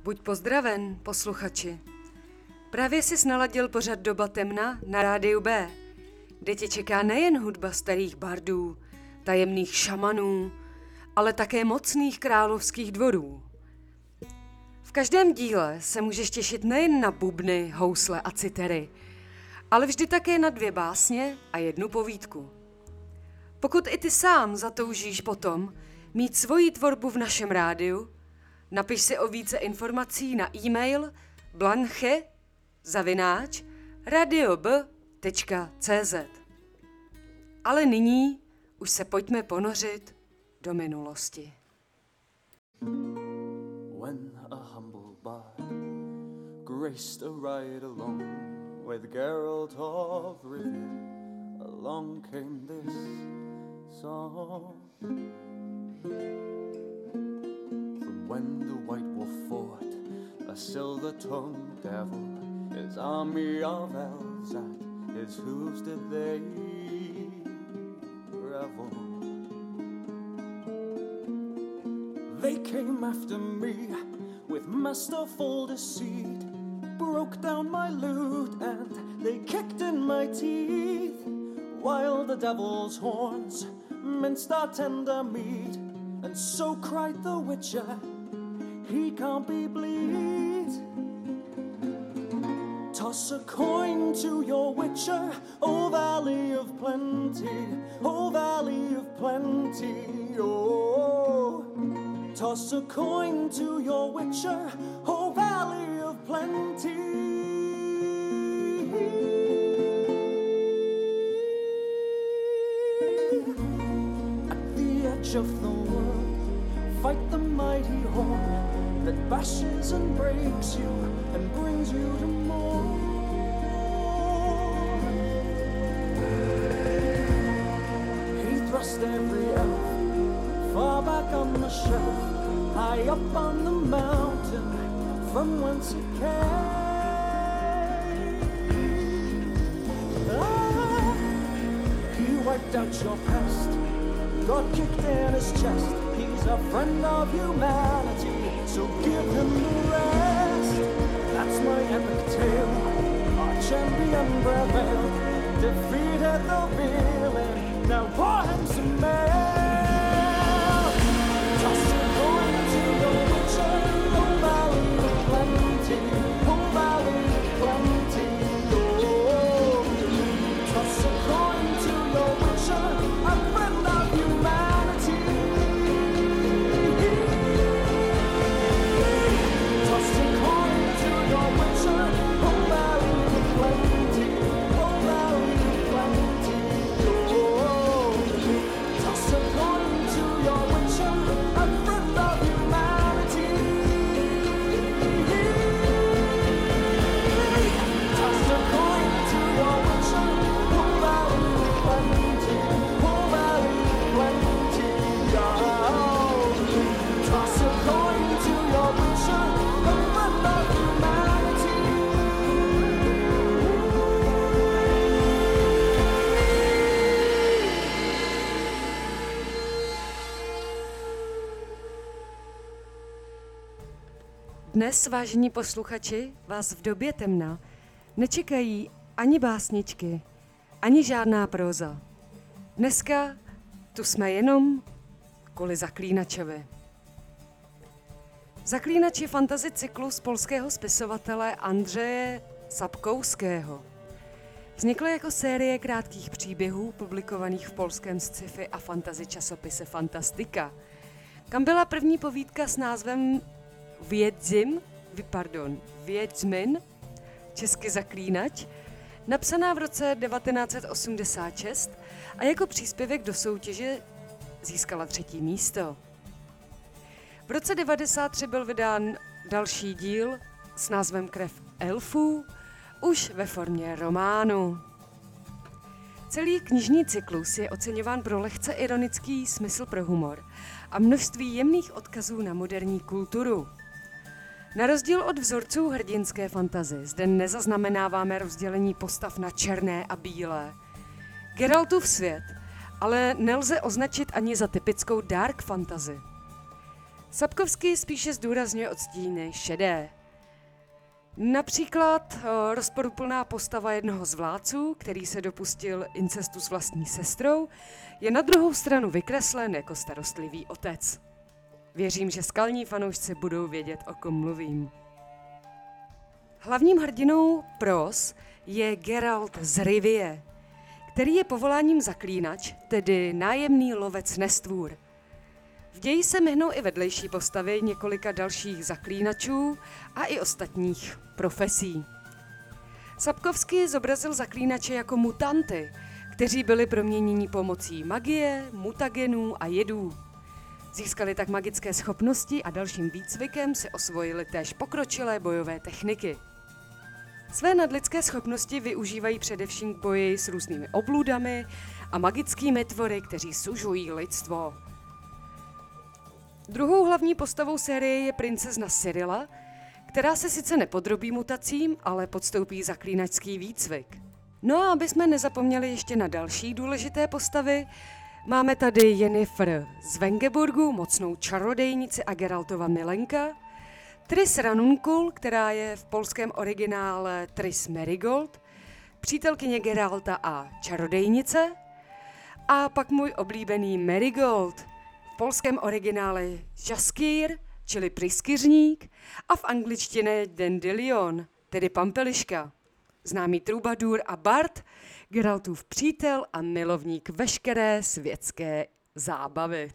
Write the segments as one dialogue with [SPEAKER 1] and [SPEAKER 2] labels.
[SPEAKER 1] Buď pozdraven, posluchači. Právě jsi naladil pořad Doba temna na rádiu B, kde tě čeká nejen hudba starých bardů, tajemných šamanů, ale také mocných královských dvorů. V každém díle se můžeš těšit nejen na bubny, housle a citery, ale vždy také na 2 básně a 1 povídku. Pokud i ty sám zatoužíš potom mít svoji tvorbu v našem rádiu, napiš si o více informací na e-mail blanche@radiob.cz. Ale nyní už se pojďme ponořit do minulosti.
[SPEAKER 2] When a humble bard graced a ride along with Geralt of Rivia, along came this song. From when the White Wolf fought a silver-tongued devil, his army of elves at his hooves did they revel. They came after me with masterful deceit, broke down my lute and they kicked in my teeth, while the devil's horns minced our tender meat, and so cried the Witcher, he can't be bleed. Toss a coin to your Witcher, O Valley of Plenty, O Valley of Plenty, oh. Toss a coin to your Witcher, O Valley of Plenty. At the edge of the world, fight the mighty horn that bashes and breaks you and brings you to more. He thrust every elf far back on the shelf, high up on the mountain from whence it came. He wiped out your past, got kicked in his chest. He's a friend of humanity, so give him the rest. That's my epic tale. Our champion prevailed, defeated the villain. Now pour him some ale. Toss a coin to your Witcher, O Valley of Plenty, O Valley of Plenty, oh. Toss a coin to your Witcher, a friend of humanity. Toss a coin to your Witcher, O Valley of Plenty, O Valley of Plenty, oh. Toss a coin to your Witcher, a friend of humanity. Toss a coin to your Witcher, O Valley of Plenty, O Valley of Plenty, oh. Toss a coin to your Witcher, a friend of humanity.
[SPEAKER 1] Dnes, vážení posluchači, vás v době temna nečekají ani básničky, ani žádná próza. Dneska tu jsme jenom kvůli Zaklínačovi. Zaklínač je fantasy cyklus polského spisovatele Andrzeje Sapkowskiego. Vznikl jako série krátkých příběhů publikovaných v polském sci-fi a fantasy časopise Fantastika, kam byla první povídka s názvem Wiedźmin, česky Zaklínač, napsaná v roce 1986 a jako příspěvek do soutěže získala 3. místo. V roce 1993 byl vydán další díl s názvem Krev elfů, už ve formě románu. Celý knižní cyklus je oceňován pro lehce ironický smysl pro humor a množství jemných odkazů na moderní kulturu. Na rozdíl od vzorců hrdinské fantasy zde nezaznamenáváme rozdělení postav na černé a bílé. Geraltův svět ale nelze označit ani za typickou dark fantasy. Sapkowski spíše zdůrazňuje odstíny šedé. Například rozporuplná postava jednoho z vládců, který se dopustil incestu s vlastní sestrou, je na druhou stranu vykreslen jako starostlivý otec. Věřím, že skalní fanoušci budou vědět, o kom mluvím. Hlavním hrdinou pros je Geralt z Rivie, který je povoláním zaklínač, tedy nájemný lovec nestvůr. V ději se myhnou i vedlejší postavy několika dalších zaklínačů a i ostatních profesí. Sapkowski zobrazil zaklínače jako mutanty, kteří byli proměněni pomocí magie, mutagenů a jedů. Získali tak magické schopnosti a dalším výcvikem si osvojili též pokročilé bojové techniky. Své nadlidské schopnosti využívají především k boji s různými obludami a magickými tvory, kteří sužují lidstvo. Druhou hlavní postavou série je princezna Cyrilla, která se sice nepodrobí mutacím, ale podstoupí zaklínačský výcvik. No a aby jsme nezapomněli ještě na další důležité postavy, máme tady Yennefer z Vengerbergu, mocnou čarodejnici a Geraltova milenka, Triss Ranuncul, která je v polském originále Triss Merigold, přítelkyně Geralta a čarodejnice, a pak můj oblíbený Marigold, v polském originále Jaskier, čili pryskyřník, a v angličtině Dandelion, tedy pampeliška, známý trubadur a bard, Geraltův přítel a milovník veškeré světské zábavy.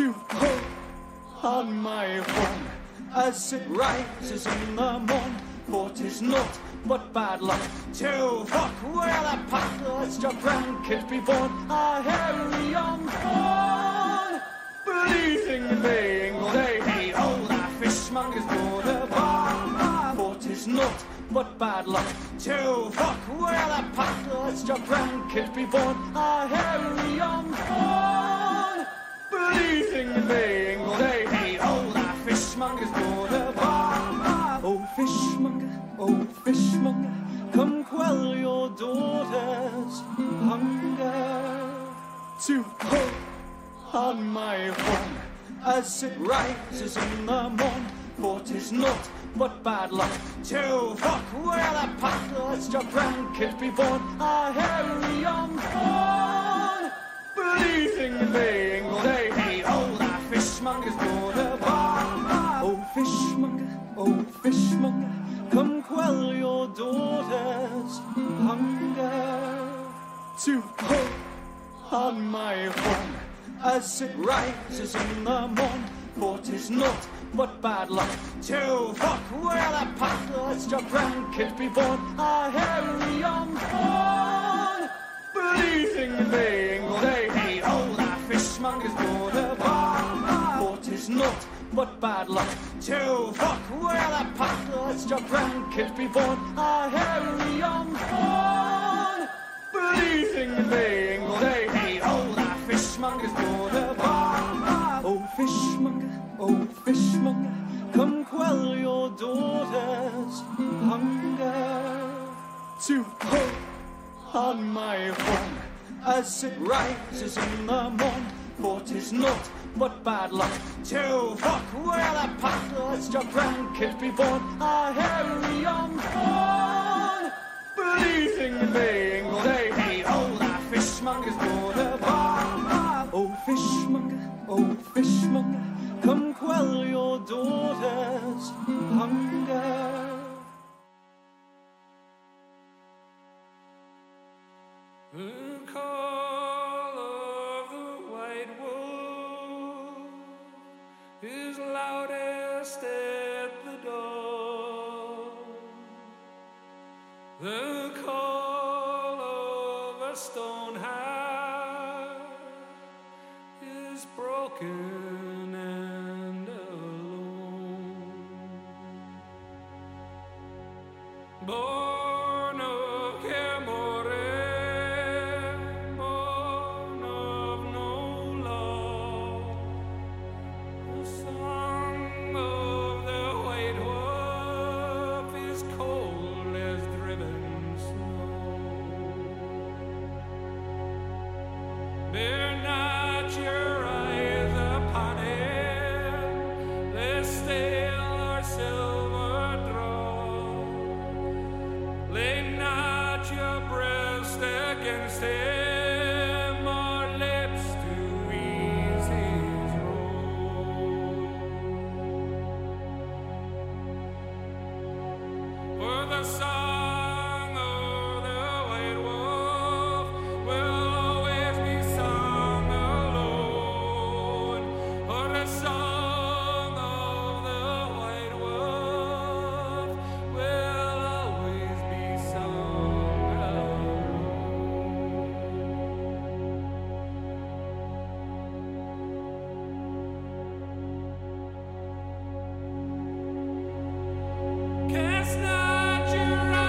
[SPEAKER 2] to pull on my horn as it rises in the morn. For 'tis naught but bad luck to fuck where the pack your grandkid be born. A hairy young fawn, bleating and baying all day. Hey, oh, the fishmonger's door the bar. For 'tis naught but bad luck to fuck where the pack your grandkid be born. A hairy young fawn, bleating and baying all day. Hey, oh, the fishmonger's door the bar. Oh fishmonger, come quell your daughter's hunger. To pull on my horn as it rises in the morn. For 'tis naught but bad luck to fuck where the pack your grandkid be born. A hairy young fawn, bleating and baying all day. Hey, oh, the fishmonger's door the bar. Oh fishmonger, come quell your daughter's hunger. To pull on my horn as it rises in the morn. For 'tis naught but bad luck to fuck where the pack your grandkid be born. A hairy young fawn, bleating and baying all day. Hey, oh, the fishmonger's door the bar. For 'tis naught but bad luck to fuck where the pack your grandkid be born. A hairy young fawn, bleating and baying all day. Hey, oh, the fishmonger's door the bar. Oh fishmonger, come quell your daughter's hunger. To pull on my horn as it rises in the morn. For 'tis naught but bad luck to fuck where the pack your grandkid be born. A hairy young fawn, bleating and baying all day. Hey, oh, the fishmonger's door the bar. Oh fishmonger, come quell your daughter's hunger.
[SPEAKER 3] The call of the white wolf is loudest at the dawn. The call of a stone heart is broken and alone. Born of Camorra, born of no law, the song of the white wolf is cold as driven snow. Bear not your eyes upon it, lest stale or silver draw. Lay not your breast against him, or lips to ease his roll. For the song of the white wolf will always be sung alone. For the song of the white wolf will always be sung alone. Cast not your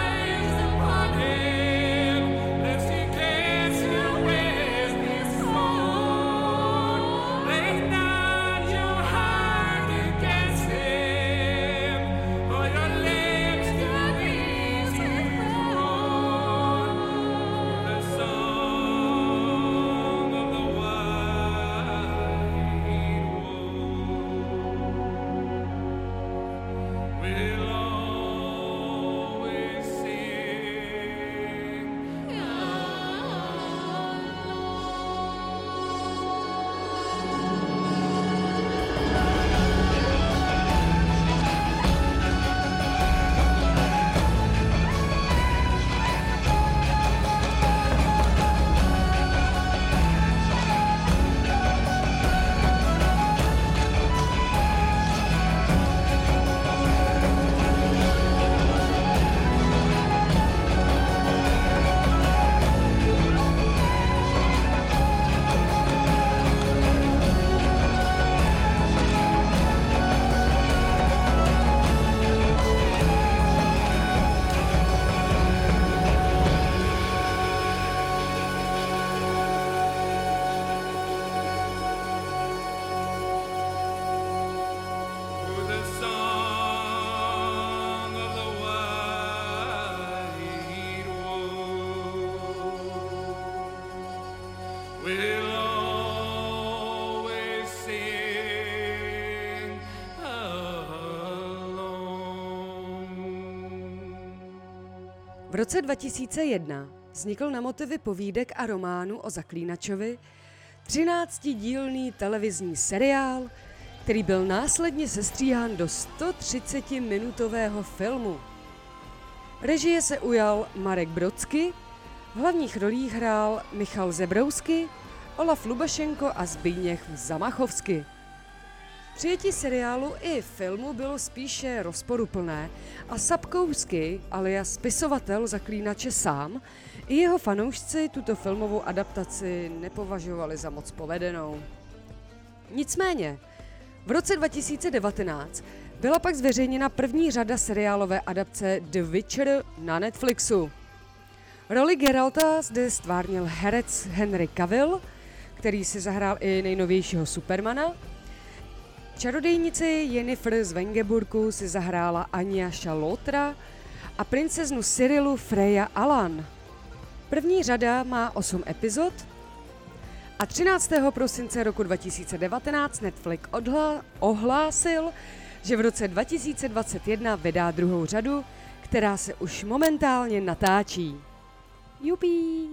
[SPEAKER 1] V roce 2001 vznikl na motivy povídek a románu o Zaklínačovi 13dílný televizní seriál, který byl následně sestříhán do 130-minutového filmu. Režie se ujal Marek Brodsky, v hlavních rolích hrál Michal Zebrousky, Olaf Lubašenko a Zbigněch Zamachovsky. Přijetí seriálu i filmu bylo spíše rozporuplné a Sapkowski, alias spisovatel Zaklínače sám, i jeho fanoušci tuto filmovou adaptaci nepovažovali za moc povedenou. Nicméně, v roce 2019 byla pak zveřejněna první řada seriálové adapce The Witcher na Netflixu. Roli Geralta zde stvárnil herec Henry Cavill, který si zahrál i nejnovějšího Supermana. Čarodejnici Yennefer z Vengerburgu si zahrála Anja Šalotra a princeznu Cyrillu Freya Alan. První řada má 8 epizod a 13. prosince roku 2019 Netflix ohlásil, že v roce 2021 vydá druhou řadu, která se už momentálně natáčí. Jupí!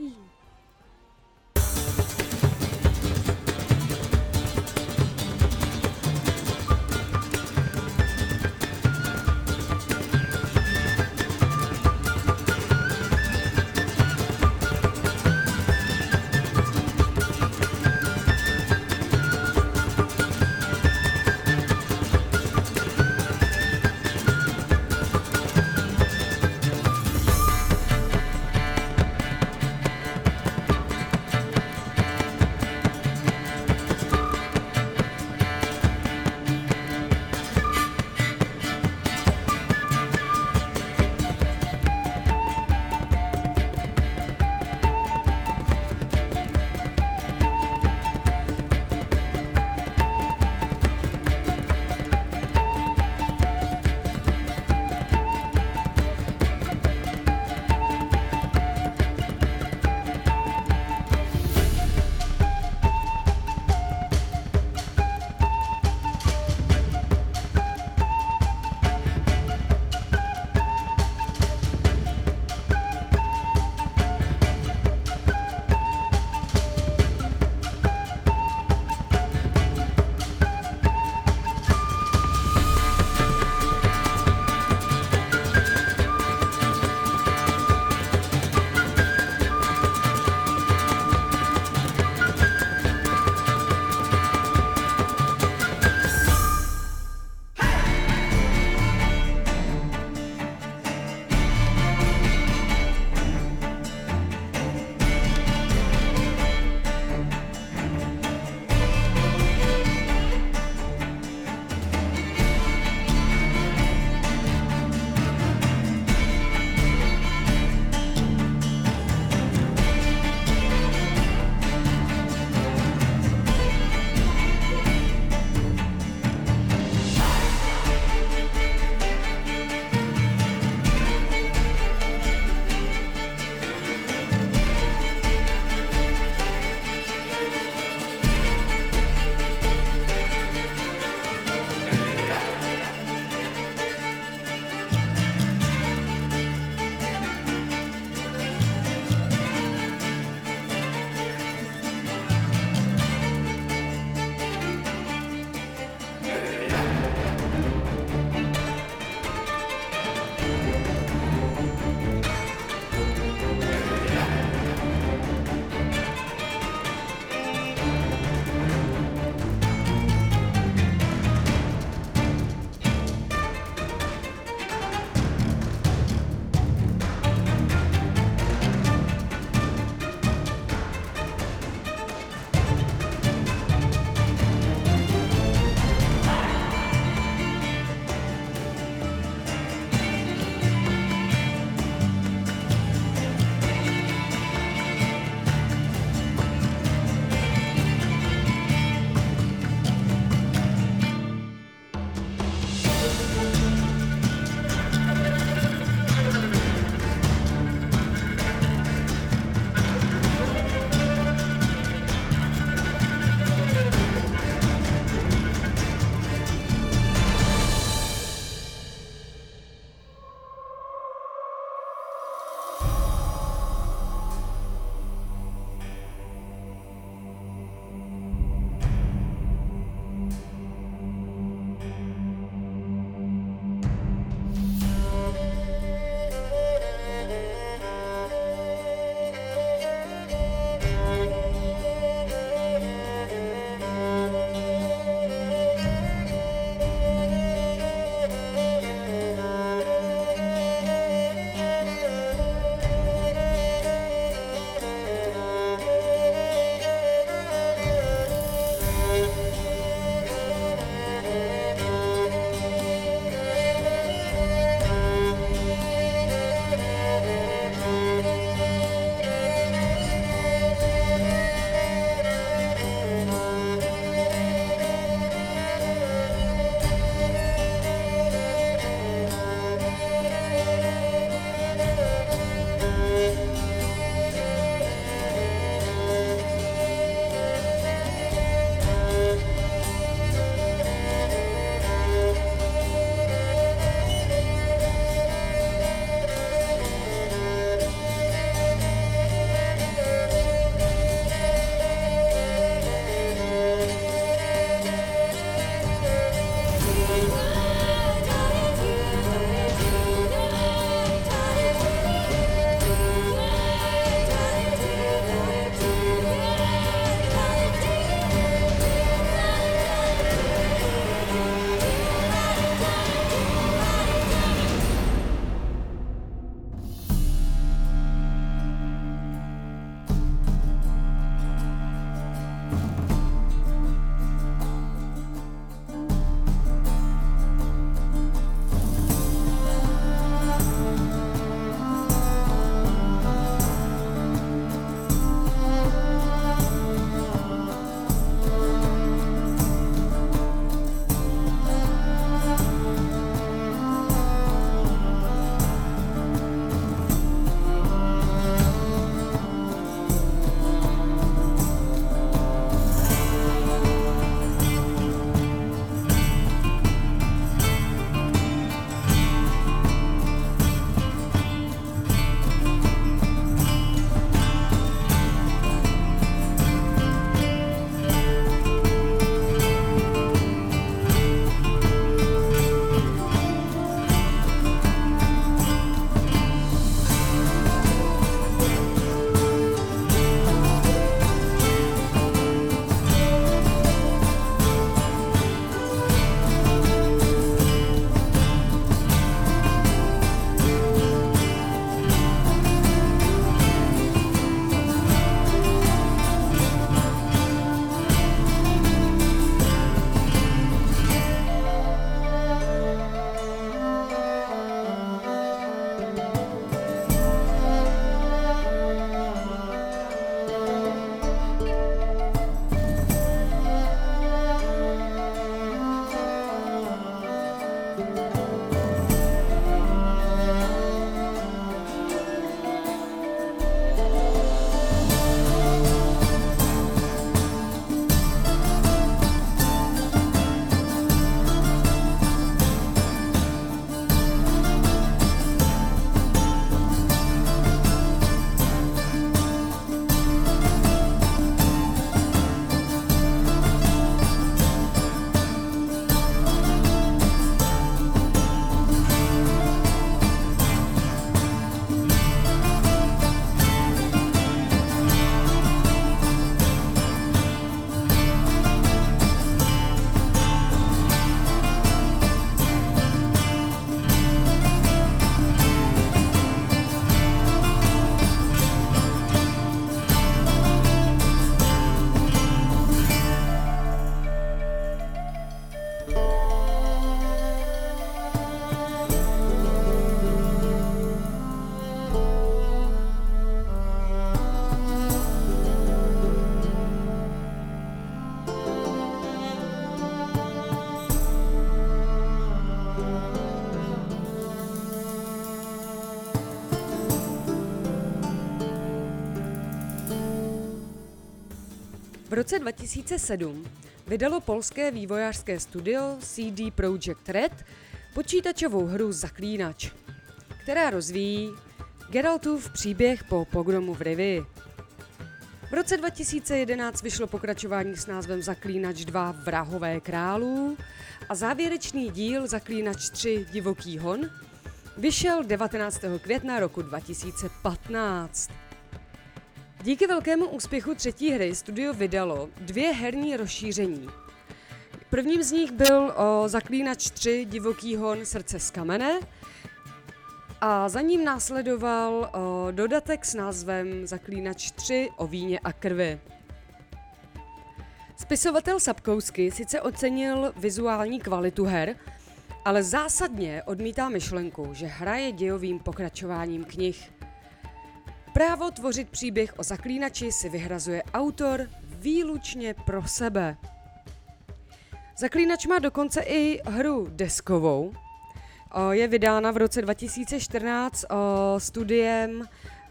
[SPEAKER 1] roce 2007 vydalo polské vývojářské studio CD Projekt Red počítačovou hru Zaklínač, která rozvíjí Geraltův příběh po pogromu v Rivii. V roce 2011 vyšlo pokračování s názvem Zaklínač 2 Vrahové králů a závěrečný díl Zaklínač 3 Divoký hon vyšel 19. května roku 2015. Díky velkému úspěchu třetí hry studio vydalo 2 herní rozšíření. Prvním z nich byl Zaklínač 3 Divoký hon Srdce z kamene a za ním následoval dodatek s názvem Zaklínač 3 O víně a krvi. Spisovatel Sapkowski sice ocenil vizuální kvalitu her, ale zásadně odmítá myšlenku, že hra je dějovým pokračováním knih. Právo tvořit příběh o zaklínači si vyhrazuje autor výlučně pro sebe. Zaklínač má dokonce i hru deskovou. Je vydána v roce 2014 studiem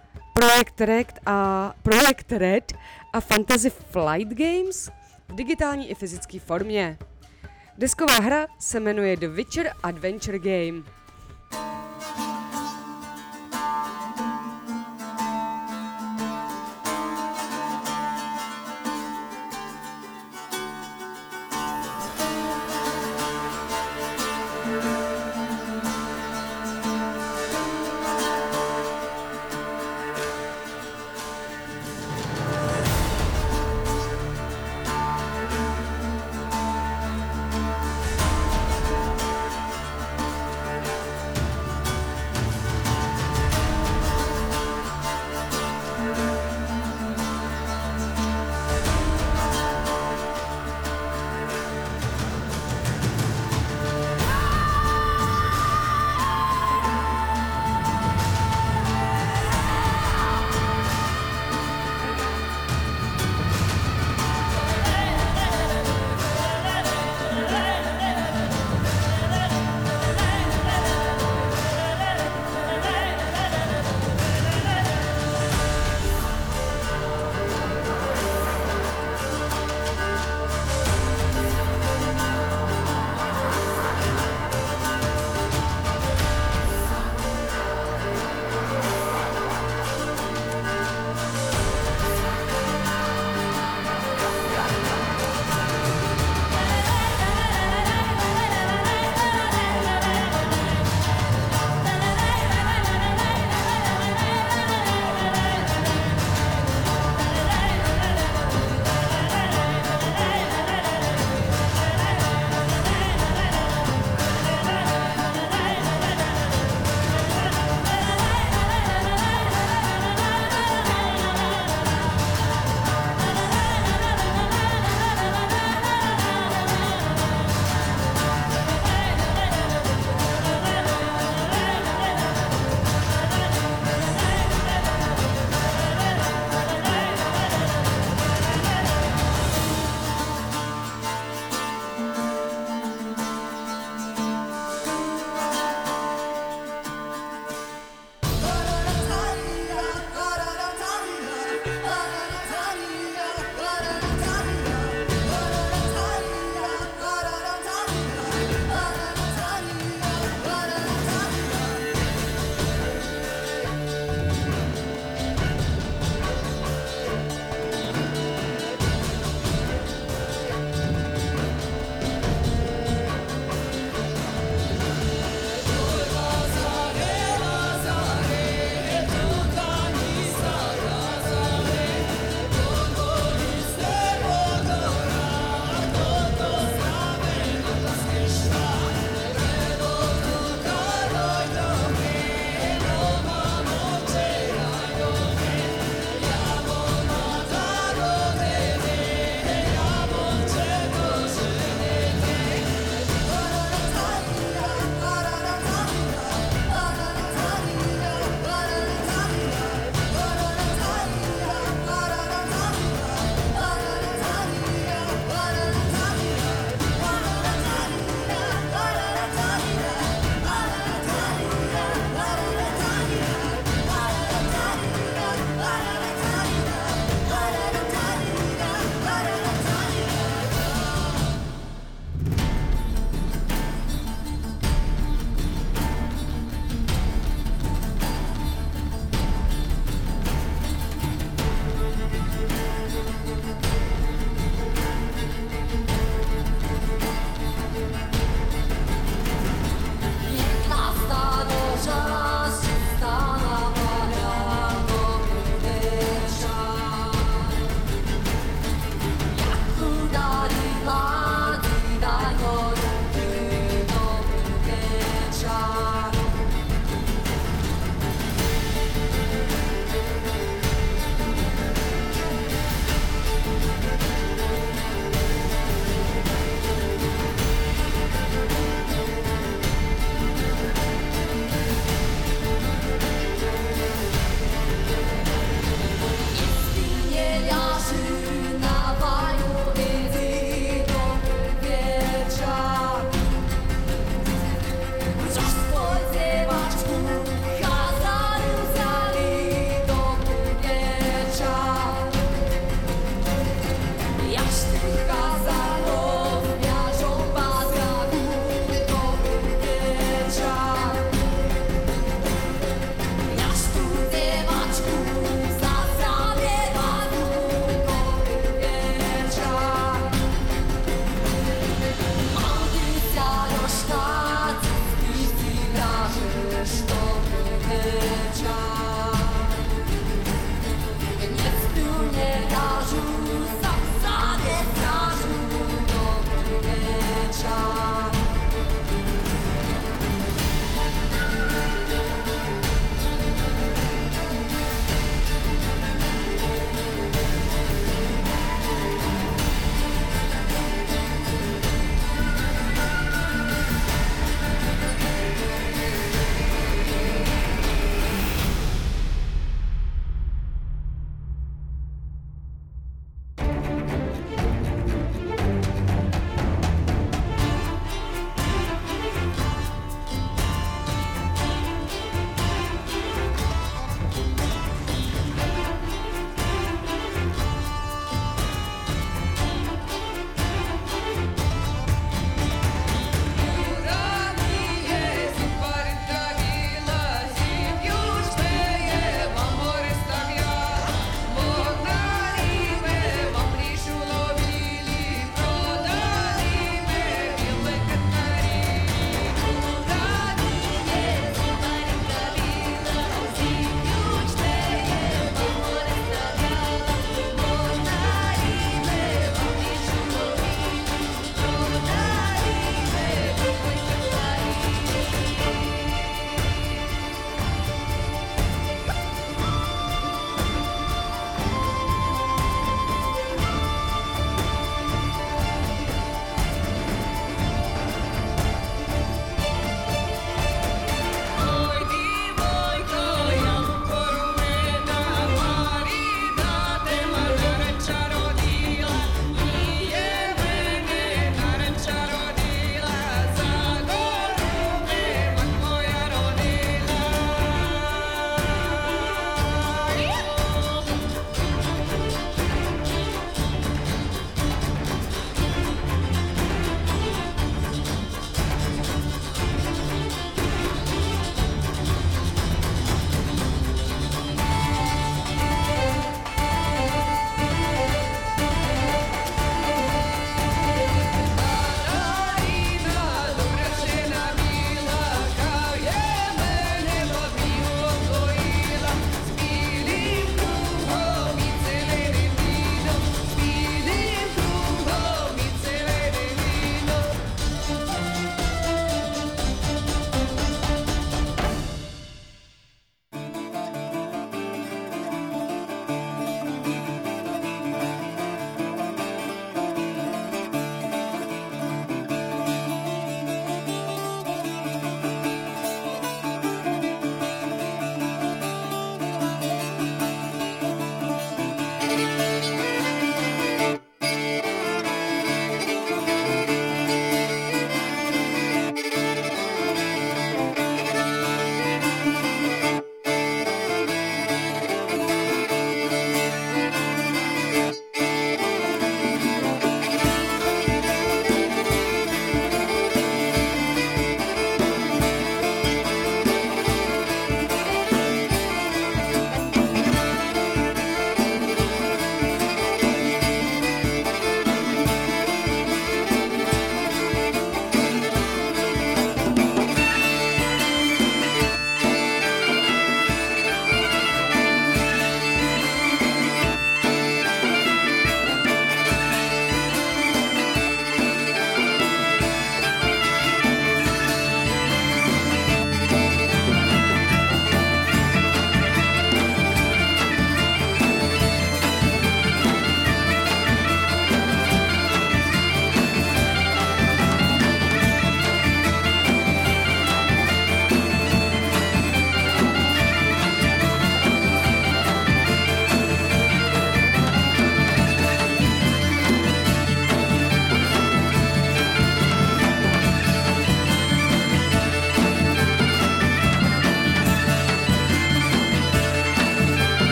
[SPEAKER 1] Projekt Red a Fantasy Flight Games v digitální i fyzické formě. Desková hra se jmenuje The Witcher Adventure Game.